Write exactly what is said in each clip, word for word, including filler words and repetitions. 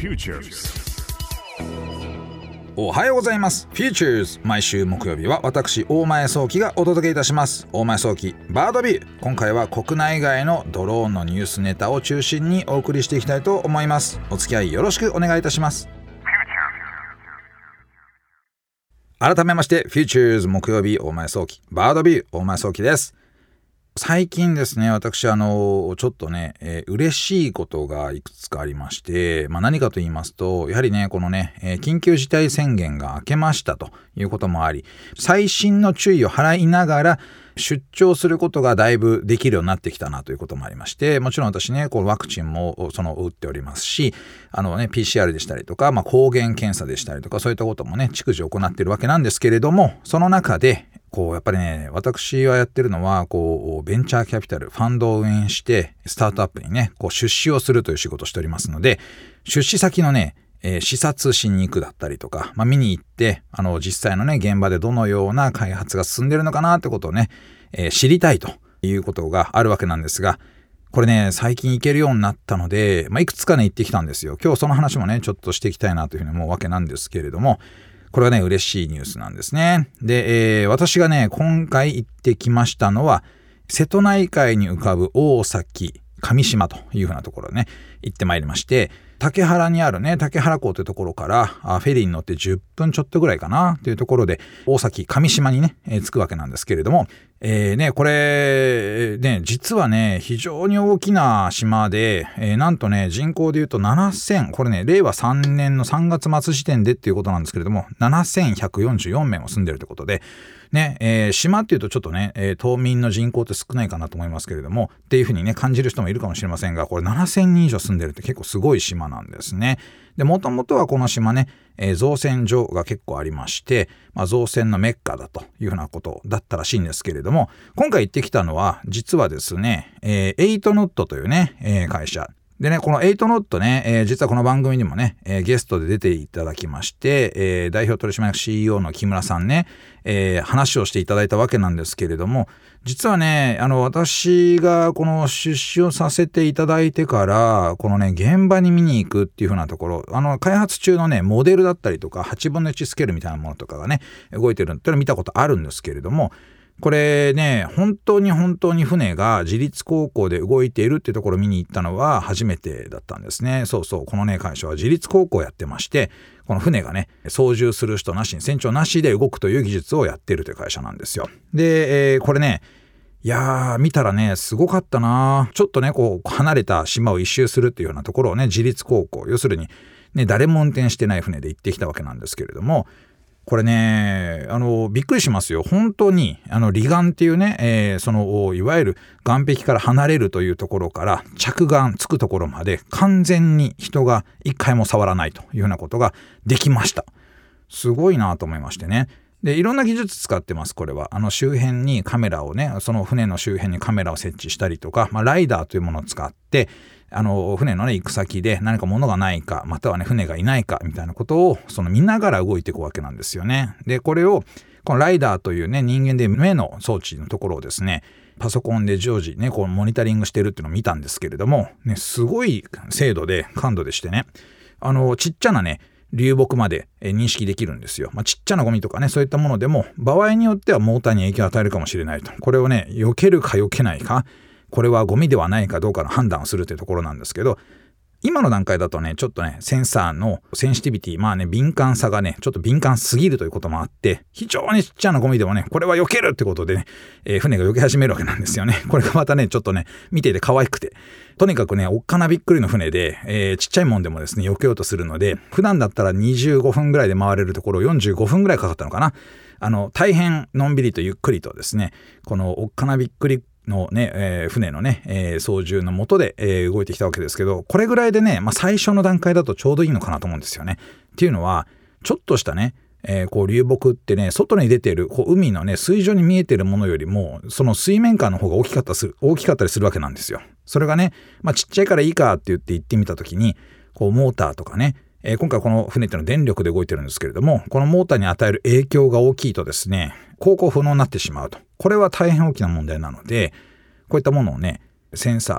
おはようございます。フューチャーズ。毎週木曜日は私大前早期がお届けいたします。大前早期バードビュー。今回は国内外のドローンのニュースネタを中心にお送りしていきたいと思います。お付き合いよろしくお願いいたします。改めましてフューチャーズ木曜日大前早期バードビュー大前早期です。最近ですね、私あのちょっとね、えー、嬉しいことがいくつかありまして、まあ、何かと言いますと、やはりねこのね、えー、緊急事態宣言が明けましたということもあり、細心の注意を払いながら出張することがだいぶできるようになってきたなということもありまして、もちろん私ねこのワクチンもその打っておりますし、あのね ピーシーアール でしたりとか、まあ、抗原検査でしたりとか、そういったこともね逐次行っているわけなんですけれども、その中でこうやっぱりね、私はやってるのはこうベンチャーキャピタルファンドを運営してスタートアップにねこう出資をするという仕事をしておりますので、出資先のね、えー、視察しに行くだったりとか、まあ、見に行ってあの実際のね現場でどのような開発が進んでるのかなってことをね、えー、知りたいということがあるわけなんですが、これね最近行けるようになったので、まあ、いくつかね行ってきたんですよ。今日その話もねちょっとしていきたいなというふうに思うわけなんですけれども、これはね嬉しいニュースなんですね。で、えー、私がね今回行ってきましたのは瀬戸内海に浮かぶ大崎上島というふうなところね行ってまいりまして、竹原にあるね竹原港というところからあフェリーに乗ってじゅっぷんちょっとぐらいかなというところで大崎上島にね、えー、着くわけなんですけれども、えー、ねこれね実はね非常に大きな島で、えー、なんとね人口でいうとななせん、これねれいわさんねんのさんがつ末時点でっていうことなんですけれども、ななせんひゃくよんじゅうよんめいも住んでるということでね、えー、島っていうとちょっとね、えー、島民の人口って少ないかなと思いますけれどもっていうふうにね感じる人もいるかもしれませんが、これななせんにん以上住んでるって結構すごい島なんですね。でもともとはこの島ね、えー、造船所が結構ありまして、まあ、造船のメッカだというふうなことだったらしいんですけれども、今回行ってきたのは実はですね、えー、エイトノットというね、えー、会社でね、このエイトノットね、えー、実はこの番組にもね、えー、ゲストで出ていただきまして、えー、代表取締役 シーイーオー の木村さんね、えー、話をしていただいたわけなんですけれども、実はね、あの、私がこの出資をさせていただいてから、このね、現場に見に行くっていう風なところ、あの、開発中のね、モデルだったりとか、はちぶんのいちスケールみたいなものとかがね、動いてるっていうのを見たことあるんですけれども、これね本当に本当に船が自律航行で動いているっていうところを見に行ったのは初めてだったんですね。そうそう、このね会社は自律航行をやってまして、この船がね操縦する人なしに船長なしで動くという技術をやっているという会社なんですよ。で、えー、これねいやー見たらねすごかったな。ちょっとねこう離れた島を一周するっていうようなところをね自律航行、要するにね誰も運転してない船で行ってきたわけなんですけれども、これねあのびっくりしますよ。本当にあの離岸っていうね、えー、そのいわゆる岸壁から離れるというところから着岸つくところまで完全に人が一回も触らないというようなことができました。すごいなと思いましてね。でいろんな技術使ってます。これはあの周辺にカメラをね、その船の周辺にカメラを設置したりとか、まあ、ライダーというものを使ってあの船のね行く先で何か物がないか、またはね船がいないかみたいなことをその見ながら動いていくわけなんですよね。でこれをこのライダーというね人間で目の装置のところをですねパソコンで常時ねこうモニタリングしてるっていうのを見たんですけれども、ね、すごい精度で感度でしてね、あのちっちゃなね流木まで認識できるんですよ。まあ、ちっちゃなゴミとかねそういったものでも場合によってはモーターに影響を与えるかもしれないと、これをね避けるか避けないか、これはゴミではないかどうかの判断をするというところなんですけど、今の段階だとねちょっとねセンサーのセンシティビティ、まあね敏感さがねちょっと敏感すぎるということもあって、非常にちっちゃなゴミでもねこれは避けるってことでね、えー、船が避け始めるわけなんですよね。これがまたねちょっとね見ていて可愛くて、とにかくねおっかなびっくりの船で、えー、ちっちゃいもんでもですね避けようとするので、普段だったらにじゅうごふんぐらいで回れるところよんじゅうごふんぐらいかかったのかな。あの大変のんびりとゆっくりとですねこのおっかなびっくりのね、えー、船のね、えー、操縦の下で、えー、動いてきたわけですけど、これぐらいでね、まあ、最初の段階だとちょうどいいのかなと思うんですよね。っていうのはちょっとしたね、えー、こう流木ってね外に出てるこう海のね水上に見えてるものよりもその水面下の方が大きかったする大きかったりするわけなんですよ。それがね、まあ、ちっちゃいからいいかって言って行ってみた時にこうモーターとかね、えー、今回この船っていうのは電力で動いてるんですけれども、このモーターに与える影響が大きいとですね航行不能になってしまうと、これは大変大きな問題なので、こういったものをねセンサーを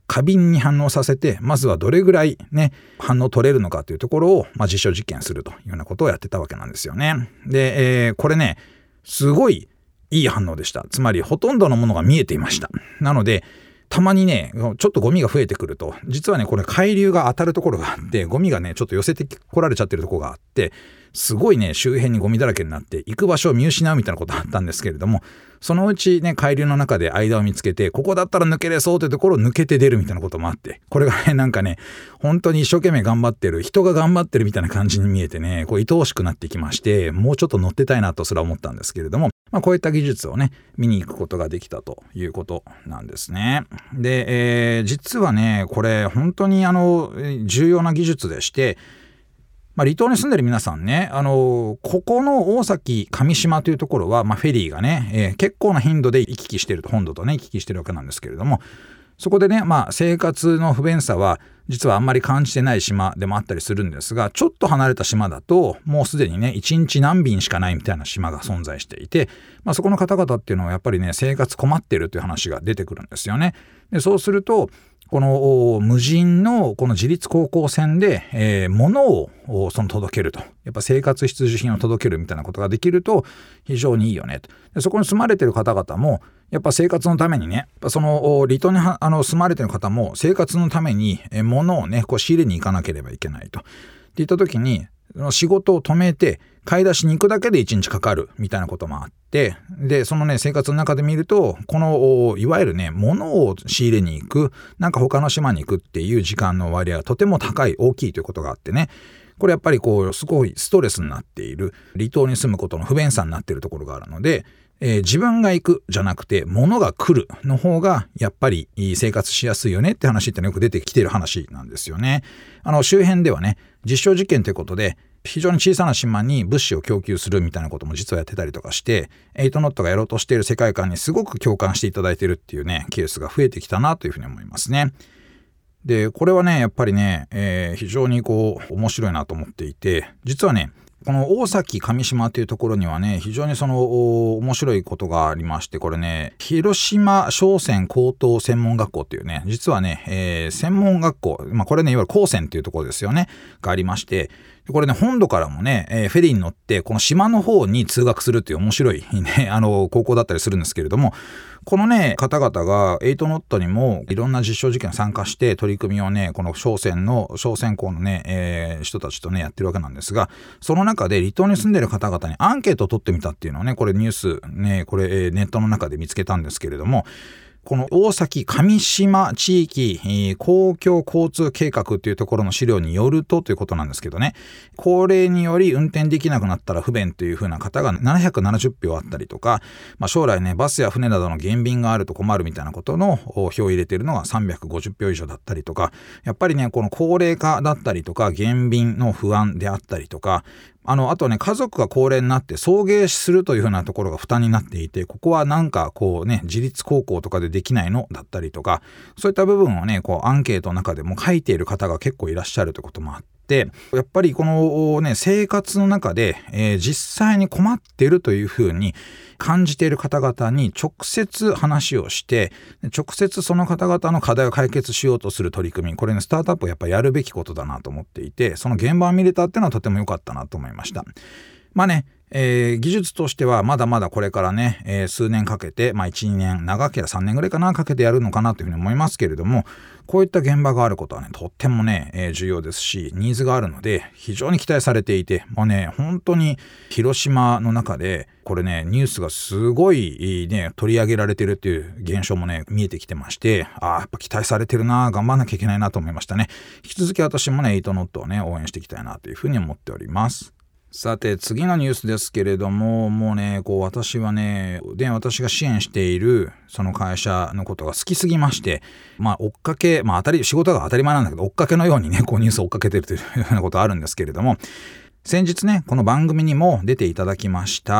過敏に反応させて、まずはどれぐらいね、反応取れるのかというところを、まあ、実証実験するというようなことをやってたわけなんですよね。で、えー、これね、すごいいい反応でした。つまり、ほとんどのものが見えていました。なので、たまにね、ちょっとゴミが増えてくると、実はね、これ海流が当たるところがあって、ゴミがね、ちょっと寄せてこられちゃってるところがあって、すごいね、周辺にゴミだらけになって、行く場所を見失うみたいなことあったんですけれども、そのうちね、海流の中で間を見つけて、ここだったら抜けれそうというところを抜けて出るみたいなこともあって、これがね、なんかね、本当に一生懸命頑張ってる、人が頑張ってるみたいな感じに見えてね、こう愛おしくなってきまして、もうちょっと乗ってたいなとすら思ったんですけれども、まあ、こういった技術をね、見に行くことができたということなんですね。で、えー、実はね、これ本当にあの、重要な技術でして、まあ、離島に住んでる皆さんね、あのここの大崎上島というところは、まあ、フェリーがね、えー、結構な頻度で行き来してると、本土とね行き来してるわけなんですけれども、そこでね、まあ、生活の不便さは実はあんまり感じてない島でもあったりするんですが、ちょっと離れた島だともうすでにねいちにち何便しかないみたいな島が存在していて、まあ、そこの方々っていうのはやっぱりね生活困ってるという話が出てくるんですよね。でそうするとこの無人のこの自立航行船で、えー、物をその届けると、やっぱ生活必需品を届けるみたいなことができると非常にいいよねと。でそこに住まれてる方々もやっぱ生活のためにね、その離島にあの住まれてる方も生活のために物をねこう仕入れに行かなければいけないと。っていった時に仕事を止めて買い出しに行くだけでいちにちかかるみたいなこともあって、でそのね生活の中で見ると、このいわゆるね物を仕入れに行く、なんか他の島に行くっていう時間の割合がとても高い、大きいということがあってね、これやっぱりこうすごいストレスになっている、離島に住むことの不便さになっているところがあるので、えー、自分が行くじゃなくて物が来るの方がやっぱり生活しやすいよねって話ってのよく出てきている話なんですよね。あの周辺ではね、実証実験ということで非常に小さな島に物資を供給するみたいなことも実はやってたりとかして、エイトノットがやろうとしている世界観にすごく共感していただいているっていうねケースが増えてきたなというふうに思いますね。でこれはねやっぱりね、えー、非常にこう面白いなと思っていて、実はねこの大崎上島というところにはね非常にその面白いことがありまして、これね広島商船高等専門学校っていうね、実はね、えー、専門学校、まあこれねいわゆる高専っていうところですよねがありまして、これね本土からもね、えー、フェリーに乗ってこの島の方に通学するっていう面白いねあの高校だったりするんですけれども、このね方々がエイトノットにもいろんな実証実験に参加して取り組みをねこの商船の商船校のね、えー、人たちとねやってるわけなんですが、その中で離島に住んでる方々にアンケートを取ってみたっていうのをね、これニュースねこれ、えー、ネットの中で見つけたんですけれども、この大崎上島地域公共交通計画というところの資料によるとということなんですけどね、高齢により運転できなくなったら不便というふうな方がななひゃくななじゅっぴょうあったりとか、まあ、将来ねバスや船などの減便があると困るみたいなことの表を入れているのがさんびゃくごじゅっぴょう以上だったりとか、やっぱりねこの高齢化だったりとか減便の不安であったりとか、あのあとね家族が高齢になって送迎するというふうなところが負担になっていて、ここはなんかこうね自立航行とかでできないのだったりとか、そういった部分をねこうアンケートの中でも書いている方が結構いらっしゃるということもあって、やっぱりこのね生活の中で、えー、実際に困っているというふうに感じている方々に直接話をして、直接その方々の課題を解決しようとする取り組み、これねスタートアップをやっぱりやるべきことだなと思っていて、その現場を見れたっていうのはとても良かったなと思いました。まあね、えー、技術としてはまだまだこれからね、えー、数年かけて、まあいち、にねん、長ければさんねんぐらいかなかけてやるのかなというふうに思いますけれども、こういった現場があることはねとってもね、えー、重要ですし、ニーズがあるので非常に期待されていて、まあね本当に広島の中でこれねニュースがすごいね取り上げられてるっていう現象もね見えてきてまして、ああやっぱ期待されてるな、頑張んなきゃいけないなと思いましたね。引き続き私もねエイトノットをね応援していきたいなというふうに思っております。さて次のニュースですけれども、もうねこう私はねで私が支援しているその会社のことが好きすぎまして、まあ追っかけ、まあ当たり仕事が当たり前なんだけど追っかけのようにねこうニュースを追っかけてるというようなことあるんですけれども、先日ねこの番組にも出ていただきました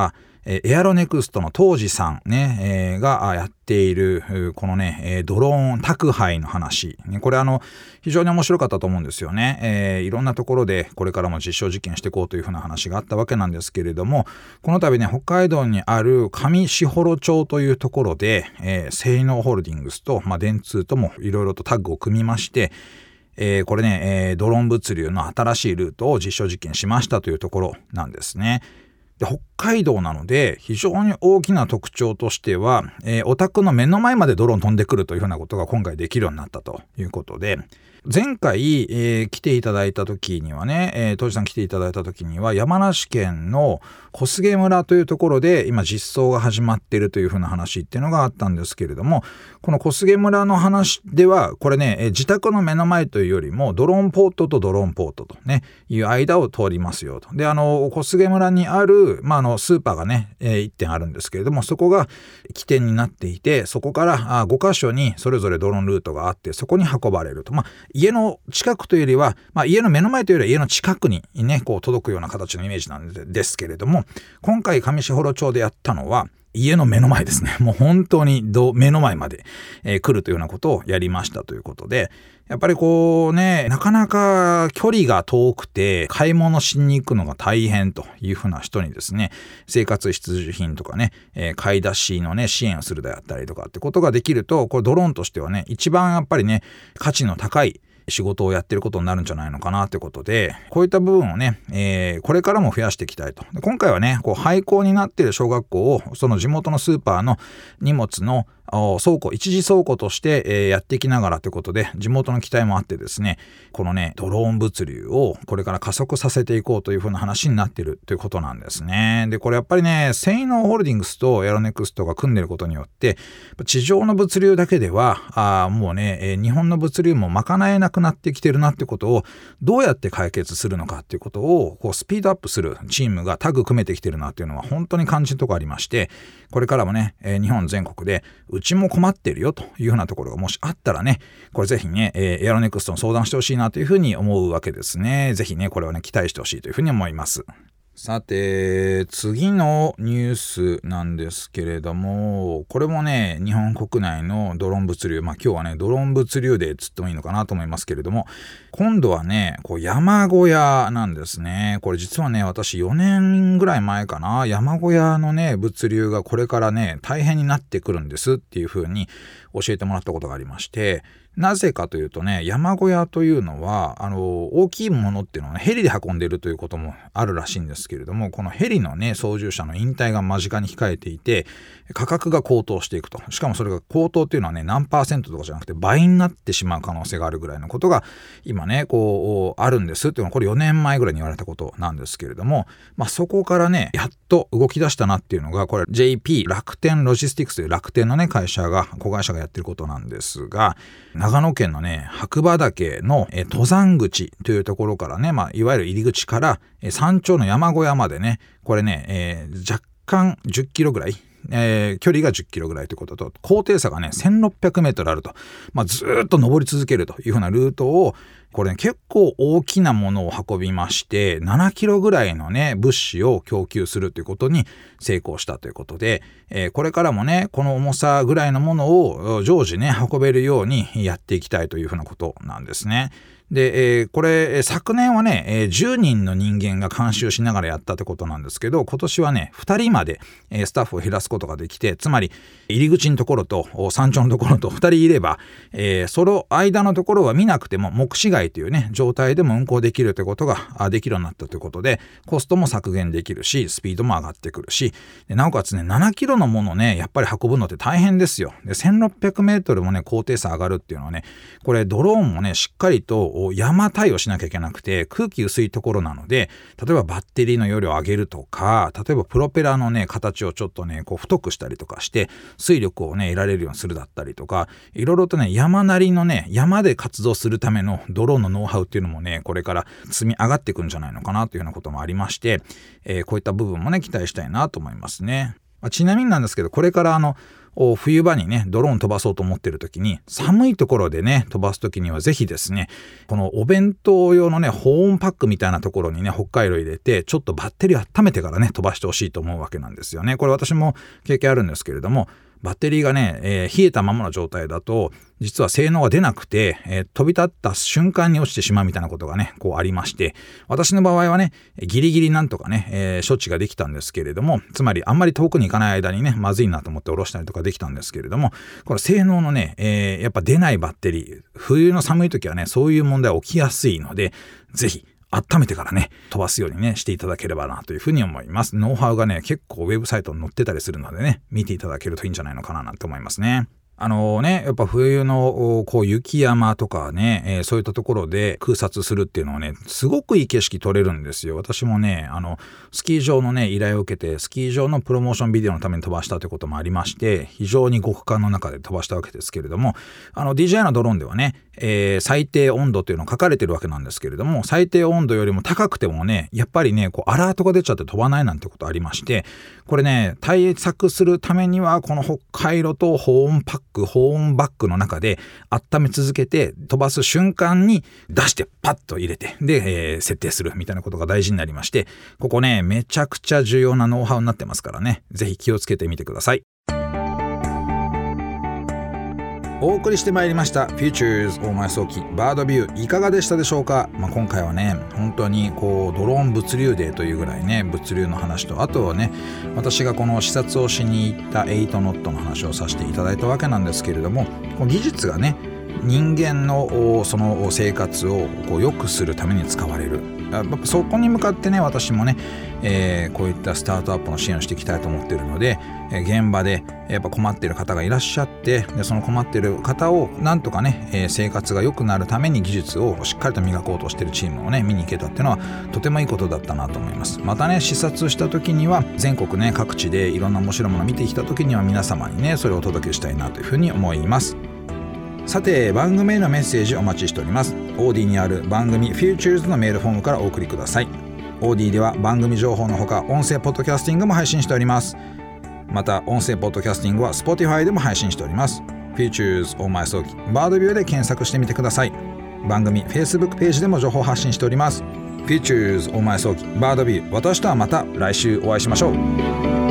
えー、エアロネクストの当時さんね、えー、がやっているこのね、えー、ドローン宅配の話、ね、これあの非常に面白かったと思うんですよね、えー、いろんなところでこれからも実証実験していこうというふうな話があったわけなんですけれども、この度ね北海道にある上士幌町というところで、えー、性能ホールディングスと、まあ、電通ともいろいろとタッグを組みまして、えー、これね、えー、ドローン物流の新しいルートを実証実験しましたというところなんですね。で北海道なので非常に大きな特徴としては、えー、お宅の目の前までドローン飛んでくるというふうなことが今回できるようになったということで、前回、えー、来ていただいた時にはね、えー、当時さん来ていただいた時には山梨県の小菅村というところで今実装が始まっているというふうな話っていうのがあったんですけれども、この小菅村の話ではこれね、えー、自宅の目の前というよりもドローンポートとドローンポートとねいう間を通りますよと。であの小菅村にある、まあ、あのスーパーがね、えー、いってんあるんですけれども、そこが起点になっていて、そこからあごかしょにそれぞれドローンルートがあって、そこに運ばれると、まあ家の近くというよりは、まあ、家の目の前というよりは家の近くにねこう届くような形のイメージなんですけれども、今回上士幌町でやったのは家の目の前ですね。もう本当にど目の前まで、えー、来るというようなことをやりましたということで、やっぱりこうねなかなか距離が遠くて買い物しに行くのが大変というふうな人にですね、生活必需品とかね、えー、買い出しのね支援をするであったりとかってことができると、これドローンとしてはね一番やっぱりね価値の高い仕事をやってることになるんじゃないのかなということで、こういった部分をね、えー、これからも増やしていきたいと。で今回はねこう廃校になっている小学校をその地元のスーパーの荷物の倉庫一時倉庫として、えー、やっていきながらということで、地元の期待もあってですね、このねドローン物流をこれから加速させていこうというふうな話になっているということなんですね。でこれやっぱりね性能ホールディングスとエアロネクストが組んでいることによって地上の物流だけではあもうね、えー、日本の物流も賄えなくなってきてるなってことをどうやって解決するのかっていうことをこうスピードアップするチームがタッグ組めてきてるなっていうのは本当に感じるところありまして、これからもね、えー、日本全国でうちも困ってるよというふうなところがもしあったらね、これぜひね、えー、エアロネクストに相談してほしいなというふうに思うわけですね。ぜひねこれをね期待してほしいというふうに思います。さて次のニュースなんですけれども、これもね日本国内のドローン物流、まあ今日はねドローン物流デーつってもいいのかなと思いますけれども、今度はねこう山小屋なんですね。これ実はね私よねんぐらい前かな、山小屋のね物流がこれからね大変になってくるんですっていう風に教えてもらったことがありまして、なぜかというとね、山小屋というのはあの大きいものっていうのは、ね、ヘリで運んでいるということもあるらしいんですけれども、このヘリのね操縦者の引退が間近に控えていて価格が高騰していくと。しかもそれが高騰っていうのはね何パーセントとかじゃなくて倍になってしまう可能性があるぐらいのことが今ねこうあるんですっていうのは、これよねんまえぐらいに言われたことなんですけれども、まあそこからねやっと動き出したなっていうのが、これ ジェイピー 楽天ロジスティックスという楽天のね会社が子会社がやってることなんですが、長野県のね白馬岳のえ登山口というところからね、まあ、いわゆる入り口からえ山頂の山小屋までね、これね、えー、若干じゅっキロぐらい、えー、距離がじゅっキロぐらいということと、高低差がねせんろっぴゃくメートルあると、まあ、ずーっと登り続けるというふうなルートを、これ、ね、結構大きなものを運びましてななキロぐらいのね物資を供給するということに成功したということで、えー、これからもねこの重さぐらいのものを常時ね運べるようにやっていきたいというふうなことなんですね。で、えー、これ昨年はね、えー、じゅうにんの人間が監修しながらやったってことなんですけど、今年はねふたりまで、えー、スタッフを減らすことができて、つまり入り口のところと山頂のところとふたりいれば、えー、その間のところは見なくても目視外というね状態でも運行できるということができるようになったということで、コストも削減できるしスピードも上がってくるし、でなおかつねななキロのものをねやっぱり運ぶのって大変ですよ。でせんろっぴゃくメートルもね高低差上がるっていうのはね、これドローンもねしっかりと山対応しなきゃいけなくて、空気薄いところなので、例えばバッテリーの容量を上げるとか、例えばプロペラのね形をちょっとねこう太くしたりとかして水力をね得られるようにするだったりとか、いろいろとね山なりのね山で活動するためのドローンのノウハウっていうのもねこれから積み上がっていくんじゃないのかなというようなこともありまして、えー、こういった部分もね期待したいなと思いますね。 まあ、ちなみになんですけど、これからあの冬場にねドローン飛ばそうと思ってる時に、寒いところでね飛ばす時にはぜひですね、このお弁当用のね保温パックみたいなところにね北海道入れて、ちょっとバッテリー温めてからね飛ばしてほしいと思うわけなんですよね。これ私も経験あるんですけれども、バッテリーがね、えー、冷えたままの状態だと実は性能が出なくて、えー、飛び立った瞬間に落ちてしまうみたいなことがねこうありまして、私の場合はねギリギリなんとかね、えー、処置ができたんですけれども、つまりあんまり遠くに行かない間にねまずいなと思って下ろしたりとかできたんですけれども、これ性能のね、えー、やっぱ出ないバッテリー、冬の寒い時はねそういう問題起きやすいので、ぜひ温めてからね飛ばすようにねしていただければなというふうに思います。ノウハウがね結構ウェブサイトに載ってたりするのでね、見ていただけるといいんじゃないのかななんて思いますね。あのね、やっぱ冬のこう雪山とかね、えー、そういったところで空撮するっていうのはね、すごくいい景色撮れるんですよ。私もね、あのスキー場のね依頼を受けて、スキー場のプロモーションビデオのために飛ばしたということもありまして、非常に極寒の中で飛ばしたわけですけれども、あの ディージェーアイ のドローンではね、えー、最低温度というのが書かれてるわけなんですけれども、最低温度よりも高くてもね、やっぱりねこうアラートが出ちゃって飛ばないなんてことありまして、これね対策するためにはこの北海道と保温パック保温バッグの中で温め続けて、飛ばす瞬間に出してパッと入れて、で、えー、設定するみたいなことが大事になりまして、ここねめちゃくちゃ重要なノウハウになってますからね、ぜひ気をつけてみてください。お送りしてまいりました Futures 大前早期バードビュー、いかがでしたでしょうか。まあ、今回はね本当にこうドローン物流デーというぐらいね物流の話と、あとはね私がこの視察をしに行ったエイトノットの話をさせていただいたわけなんですけれども、この技術がね人間のその生活をこう良くするために使われる。やっぱそこに向かってね私もね、えー、こういったスタートアップの支援をしていきたいと思っているので、えー、現場でやっぱ困っている方がいらっしゃって、でその困っている方をなんとかね、えー、生活が良くなるために技術をしっかりと磨こうとしているチームをね見に行けたっていうのはとてもいいことだったなと思います。またね視察した時には全国ね各地でいろんな面白いものを見てきた時には皆様にねそれをお届けしたいなというふうに思います。さて番組へのメッセージお待ちしております。オーディにある番組 Futures のメールフォームからお送りください。オーディでは番組情報のほか音声ポッドキャスティングも配信しております。また音声ポッドキャスティングは Spotify でも配信しております。 Futures 大前早期バードビューで検索してみてください。番組 Facebook ページでも情報発信しております。 Futures 大前早期バードビュー、私とはまた来週お会いしましょう。